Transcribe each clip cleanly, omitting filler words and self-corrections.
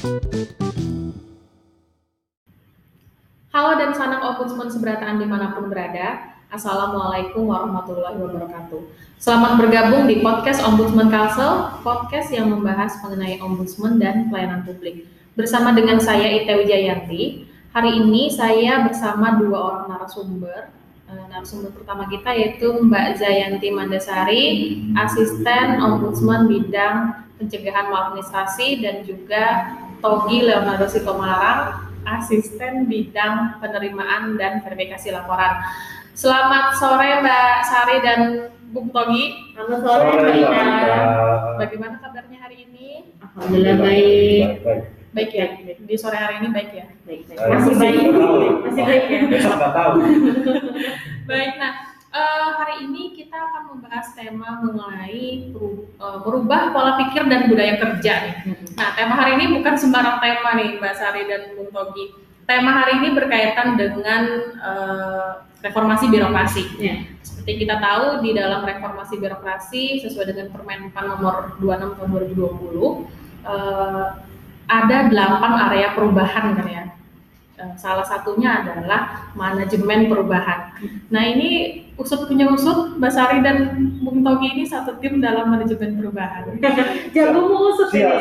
Halo dan sanak Ombudsman seberataan dimanapun berada. Assalamualaikum warahmatullahi wabarakatuh. Selamat bergabung di podcast Ombudsman Kalsel, podcast yang membahas mengenai ombudsman dan pelayanan publik. Bersama dengan saya Ite Wijayanti. Hari ini saya bersama dua orang narasumber. Narasumber pertama kita yaitu Mbak Zayanti Mandasari, asisten Ombudsman bidang pencegahan maladministrasi, dan juga Togi Leonardo Sitomalarang, asisten bidang penerimaan dan verifikasi laporan. Selamat sore Mbak Sari dan Bung Togi. Selamat sore Mbak Ita. Bagaimana kabarnya hari ini? Alhamdulillah baik. Baik ya. Di sore hari ini baik ya. Baik. Masih baik. Masih baik ya. Besok nggak tahu. Baik. Nah, hari ini kita akan membahas tema mengenai merubah pola pikir dan budaya kerja. Nah, tema hari ini bukan sembarang tema nih Mbak Sari dan Bung Togi. Tema hari ini berkaitan dengan reformasi birokrasi. Ya. Seperti kita tahu, di dalam reformasi birokrasi sesuai dengan Permen-PAN nomor 26 tahun 2020 ada 8 area perubahan kan ya. Salah satunya adalah manajemen perubahan. Nah, ini usut punya usut, Mbak Sari dan Bung Togi ini satu tim dalam manajemen perubahan. Jago mau usut ya.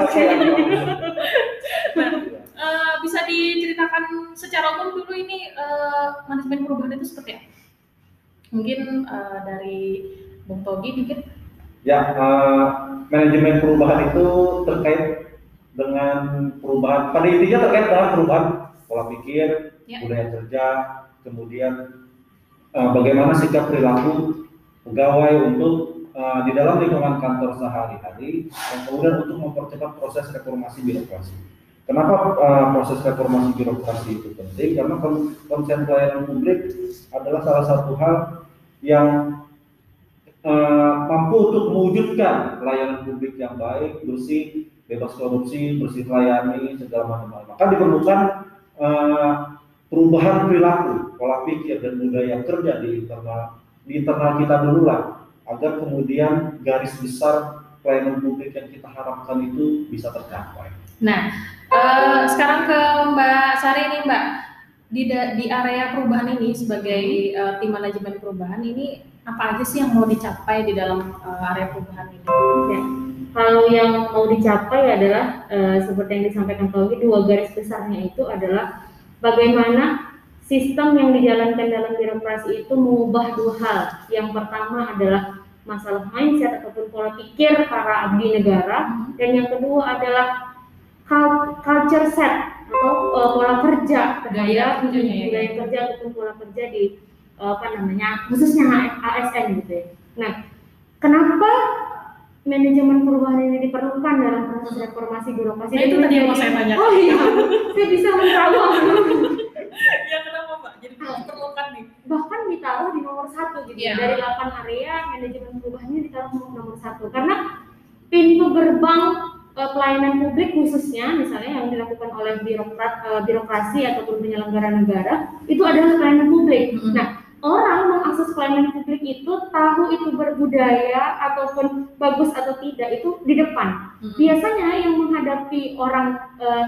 Nah, bisa diceritakan secara umum dulu ini manajemen perubahan itu seperti apa? Mungkin dari Bung Togi mungkin. Ya, manajemen perubahan itu terkait dengan perubahan, pada intinya terkait dengan perubahan pola pikir, budaya kerja, kemudian bagaimana sikap perilaku pegawai untuk di dalam lingkungan kantor sehari-hari, dan kemudian untuk mempercepat proses reformasi birokrasi. Kenapa proses reformasi birokrasi itu penting? Karena konsen pelayanan publik adalah salah satu hal yang mampu untuk mewujudkan pelayanan publik yang baik, bersih, bebas korupsi, bersih melayani, segala macam hal. Maka diperlukan perubahan perilaku, pola pikir dan budaya kerja di internal kita dulu lah, agar kemudian garis besar pelayanan publik yang kita harapkan itu bisa tercapai. Nah, sekarang ke Mbak Sari nih Mbak, di area perubahan ini sebagai tim manajemen perubahan ini apa aja sih yang mau dicapai di dalam area perubahan ini? Ya. Kalau yang mau dicapai adalah seperti yang disampaikan Togi, dua garis besarnya itu adalah bagaimana sistem yang dijalankan dalam birokrasi itu mengubah dua hal. Yang pertama adalah masalah mindset ataupun pola pikir para abdi negara, dan yang kedua adalah culture set atau pola kerja, budaya kerja ataupun pola kerja di khususnya ASN gitu ya. Nah, kenapa manajemen perubahan ini diperlukan dalam proses reformasi birokrasi? Nah, itu tadi yang mau saya tanya. Oh iya, saya bisa menerawang. Ya, kenapa Mbak? Jadi diperlukan nih. Bahkan ditaruh di nomor 1 gitu. Yeah. Dari 8 area manajemen perubahannya ditaruh nomor 1 karena pintu gerbang pelayanan publik khususnya misalnya yang dilakukan oleh birokrasi ataupun penyelenggara negara itu adalah pelayanan publik. Nah, orang mengakses pelayanan publik itu tahu itu berbudaya ataupun bagus atau tidak itu di depan. Biasanya yang menghadapi orang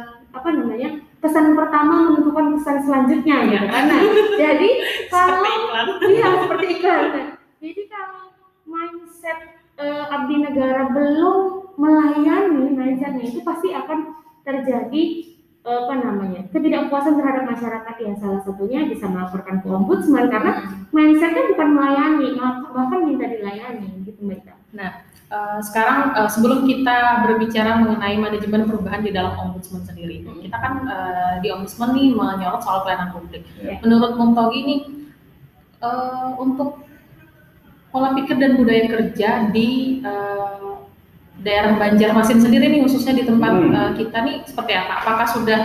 kesan pertama menentukan kesan selanjutnya gitu kan. Nah, jadi kalau seperti iklan. Jadi kalau mindset abdi negara belum melayani mindsetnya itu pasti akan terjadi ketidakpuasan terhadap masyarakat. Ya, salah satunya bisa melaporkan ke ombudsman karena mindsetnya bukan melayani, bahkan minta dilayani gitu Mbak. Nah, sekarang sebelum kita berbicara mengenai manajemen perubahan di dalam ombudsman sendiri, kita kan di ombudsman nih menyorot soal pelayanan publik. Menurut Bung Togi nih, untuk pola pikir dan budaya kerja di daerah Banjarmasin sendiri nih, khususnya di tempat kita nih seperti apa? Apakah sudah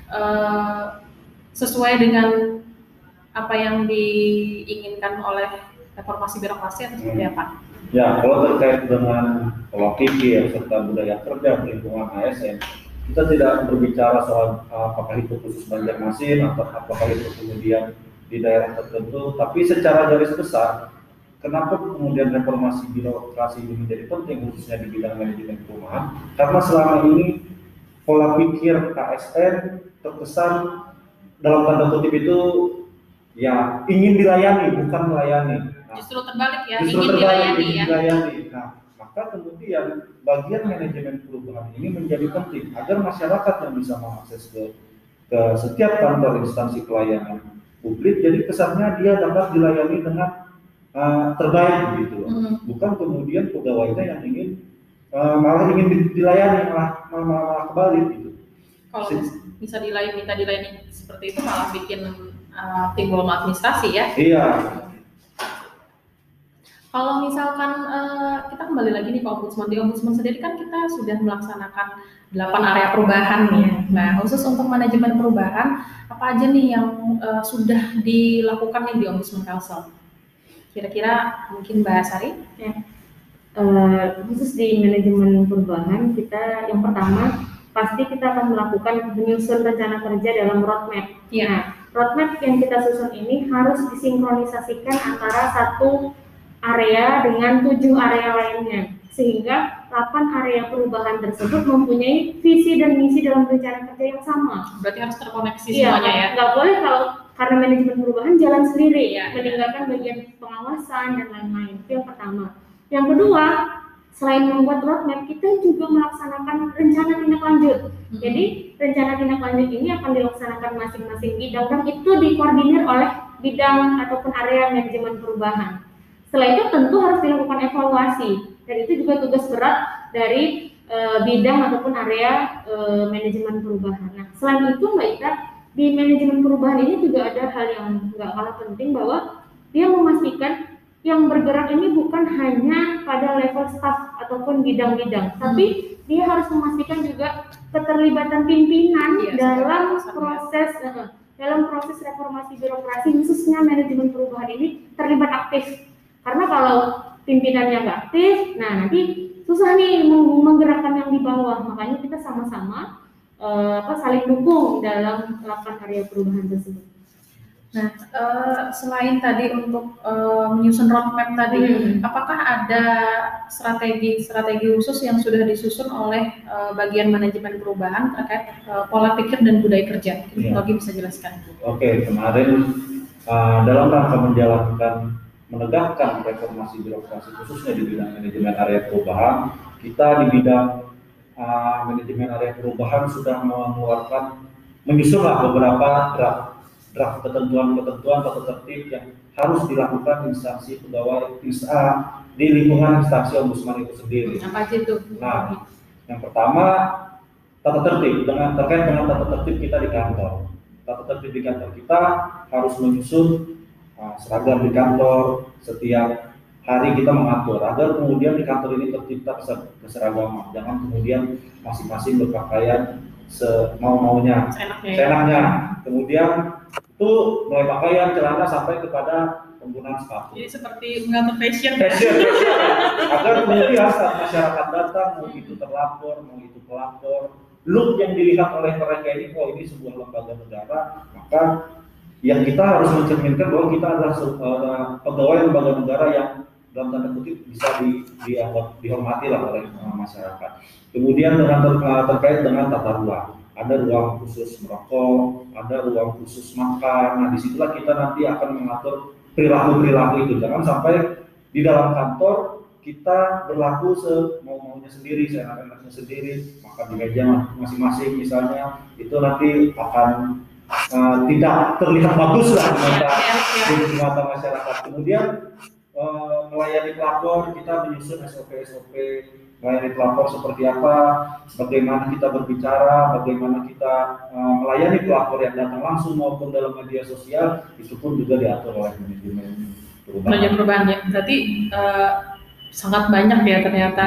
sesuai dengan apa yang diinginkan oleh reformasi birokrasi atau seperti apa? Ya, kalau terkait dengan pola pikir serta budaya kerja di lingkungan ASN, kita tidak berbicara soal apakah itu khusus Banjarmasin atau apakah itu kemudian di daerah tertentu, tapi secara garis besar, kenapa kemudian reformasi birokrasi ini menjadi penting khususnya di bidang manajemen perumahan? Karena selama ini pola pikir KSN terkesan dalam tanda kutip itu ya ingin dilayani bukan melayani. Nah, justru terbalik ya, justru ingin terbalik, dilayani ingin ya. dilayani. Nah, maka kemudian bagian manajemen perubahan ini menjadi penting agar masyarakat yang bisa mengakses ke setiap kantor instansi pelayanan publik, jadi kesannya dia dapat dilayani dengan terbaik gitu loh. Bukan kemudian pegawainya yang ingin malah ingin dilayani malah kebalik gitu. Kalau bisa minta dilayani seperti itu malah bikin timbul maladministrasi ya. Iya. Kalau misalkan kita kembali lagi nih ke Ombudsman, di Ombudsman sendiri kan kita sudah melaksanakan 8 area perubahan nih. Nah, khusus untuk manajemen perubahan, apa aja nih yang sudah dilakukan nih di Ombudsman Kalsel? Kira-kira mungkin Mbak Sari? Ya. Khusus di manajemen perubahan, kita yang pertama pasti kita akan melakukan menyusun rencana kerja dalam roadmap. Ya. Nah, roadmap yang kita susun ini harus disinkronisasikan antara satu area dengan 7 area lainnya, sehingga 8 area perubahan tersebut mempunyai visi dan misi dalam rencana kerja yang sama. Berarti harus terkoneksi semuanya ya? Nggak boleh kalau karena manajemen perubahan jalan sendiri ya, meninggalkan bagian pengawasan dan lain-lain. Itu yang pertama. Yang kedua, selain membuat roadmap, kita juga melaksanakan rencana tindak lanjut. Jadi rencana tindak lanjut ini akan dilaksanakan masing-masing bidang dan itu dikoordinir oleh bidang ataupun area manajemen perubahan. Setelah itu tentu harus dilakukan evaluasi dan itu juga tugas berat dari bidang ataupun area manajemen perubahan. Nah, selain itu Mbak Ika, di manajemen perubahan ini juga ada hal yang nggak kalah penting bahwa dia memastikan yang bergerak ini bukan hanya pada level staf ataupun bidang-bidang, tapi dia harus memastikan juga keterlibatan pimpinan dalam proses reformasi birokrasi, khususnya manajemen perubahan ini terlibat aktif. Karena kalau pimpinannya nggak aktif, nah nanti susah nih menggerakkan yang di bawah. Makanya kita sama-sama saling dukung dalam 8 area perubahan tersebut. Nah, selain tadi untuk menyusun roadmap tadi, apakah ada strategi khusus yang sudah disusun oleh bagian manajemen perubahan terkait pola pikir dan budaya kerja? Lagi bisa jelaskan? Oke, kemarin dalam rangka menegakkan reformasi birokrasi khususnya di bidang manajemen area perubahan, kita di bidang manajemen area perubahan sudah menyusunlah beberapa draft ketentuan atau tertib yang harus dilakukan instansi pegawai di lingkungan instansi Ombudsman itu sendiri. Apa aja itu? Nah, yang pertama tata tertib terkait dengan tata tertib kita di kantor. Tata tertib di kantor kita harus menyusun seragam di kantor, setiap hari kita mengatur agar kemudian di kantor ini tercipta keseragaman. Jangan kemudian masing-masing berpakaian semau-maunya, seenaknya. Kemudian itu mulai pakaian, celana sampai kepada penggunaan sepatu. Jadi seperti mengatur fashion. Agar kemudian saat masyarakat datang, mau itu terlapor, mau itu pelapor, look yang dilihat oleh mereka ini, ini sebuah lembaga negara, maka yang kita harus mencerminkan bahwa kita adalah pegawai lembaga negara yang dalam tanda kutip bisa dianggap dihormati lah oleh masyarakat. Kemudian terkait dengan tata ruang, ada ruang khusus merokok, ada ruang khusus makan. Nah, disitulah kita nanti akan mengatur perilaku itu. Jangan sampai di dalam kantor kita berlaku semau-maunya sendiri, seenak-enaknya sendiri, makan di meja masing-masing misalnya, itu nanti akan tidak terlihat bagus lah di mata masyarakat. Kemudian melayani pelapor, kita menyusun SOP melayani pelapor seperti apa, bagaimana kita berbicara, bagaimana kita melayani pelapor yang datang langsung maupun dalam media sosial, itu pun juga diatur oleh manajemen perubahan. Ya. Berarti sangat banyak ya ternyata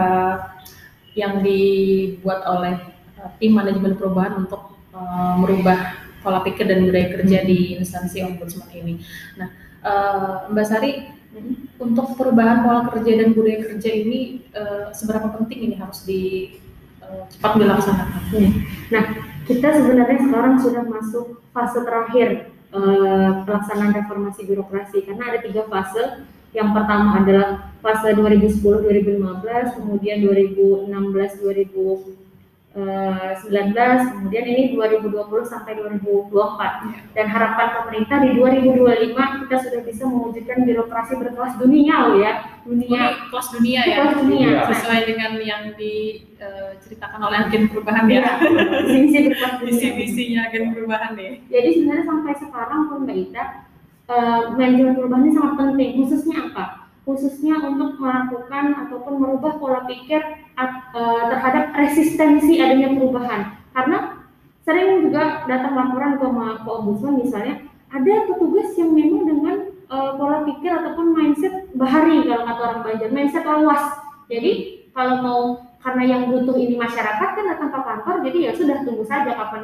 yang dibuat oleh tim manajemen perubahan untuk merubah pola pikir dan budaya kerja di instansi Ombudsman ini. Nah, Mbak Sari, untuk perubahan pola kerja dan budaya kerja ini seberapa penting ini harus cepat dilaksanakan? Nah, kita sebenarnya sekarang sudah masuk fase terakhir pelaksanaan reformasi birokrasi karena ada 3 fase. Yang pertama adalah fase 2010-2015, kemudian 2016-2018, kemudian ini 2020 sampai 2024. Dan harapan pemerintah di 2025 kita sudah bisa mewujudkan birokrasi berkelas dunia Ini kelas dunia ya. Kelas dunia. Sesuai dengan yang diceritakan oleh agen perubahan ya. Visi-visinya agen perubahan ya. Jadi sebenarnya sampai sekarang pun Mbak Ita, manajemen perubahan ini sangat penting. Khususnya apa? Khususnya untuk melakukan ataupun merubah pola pikir terhadap resistensi adanya perubahan. Karena sering juga datang laporan ke Ombudsman misalnya, ada petugas yang memang dengan pola pikir ataupun mindset bahari kalau kata orang Banjar, mindset lawas. Jadi kalau mau, karena yang butuh ini masyarakat kan datang ke kantor, jadi ya sudah tunggu saja kapan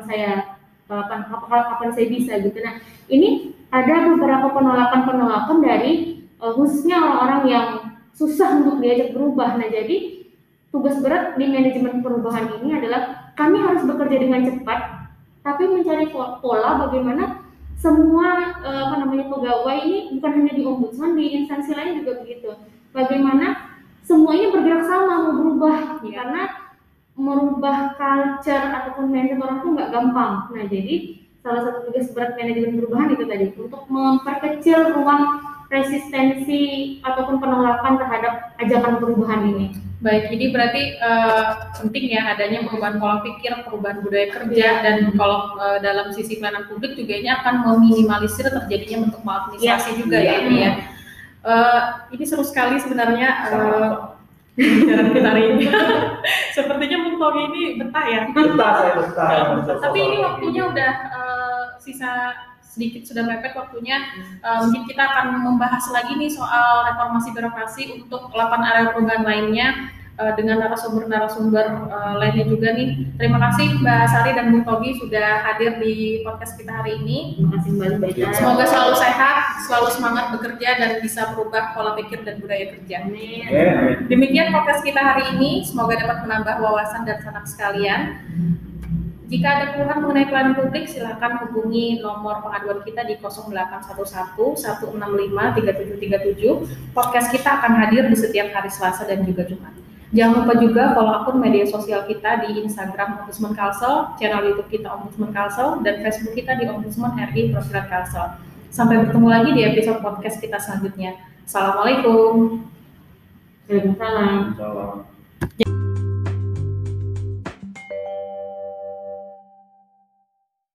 saya bisa gitu. Nah, ini ada beberapa penolakan dari khususnya orang-orang yang susah untuk diajak berubah. Nah, jadi tugas berat di manajemen perubahan ini adalah kami harus bekerja dengan cepat, tapi mencari pola bagaimana semua pegawai ini bukan hanya di Ombudsman, di instansi lain juga begitu. Bagaimana semuanya bergerak sama mau berubah, karena merubah culture ataupun mindset orang itu nggak gampang. Nah, jadi salah satu tugas berat manajemen perubahan itu tadi untuk memperkecil ruang resistensi ataupun penolakan terhadap ajakan perubahan ini. Baik, jadi berarti penting ya adanya perubahan pola pikir, perubahan budaya kerja, dan kalau dalam sisi pelayanan publik juga ini akan meminimalisir terjadinya bentuk maladministrasi juga ya ini ya. Ini seru sekali sebenarnya pembicaraan kita hari ini. Sepertinya Bung Togi ini betah ya. Betah. Tapi ini waktunya udah sisa sedikit, sudah mepet waktunya. Mungkin kita akan membahas lagi nih soal reformasi birokrasi untuk 8 area perubahan lainnya dengan narasumber lainnya juga nih. Terima kasih Mbak Sari dan Bung Togi sudah hadir di podcast kita hari ini. Terima kasih Mbak Ita. Semoga selalu sehat, selalu semangat bekerja dan bisa berubah pola pikir dan budaya kerja. Demikian podcast kita hari ini, semoga dapat menambah wawasan dan sanak sekalian. Jika ada keluhan mengenai pelayanan publik, silakan hubungi nomor pengaduan kita di 0811 165 3737. Podcast kita akan hadir di setiap hari Selasa dan juga Jumat. Jangan lupa juga follow akun media sosial kita di Instagram Ombudsman Kalsel, channel YouTube kita Ombudsman Kalsel, dan Facebook kita di Ombudsman RI Perwakilan Kalsel. Sampai bertemu lagi di episode podcast kita selanjutnya. Assalamualaikum. Waalaikumsalam.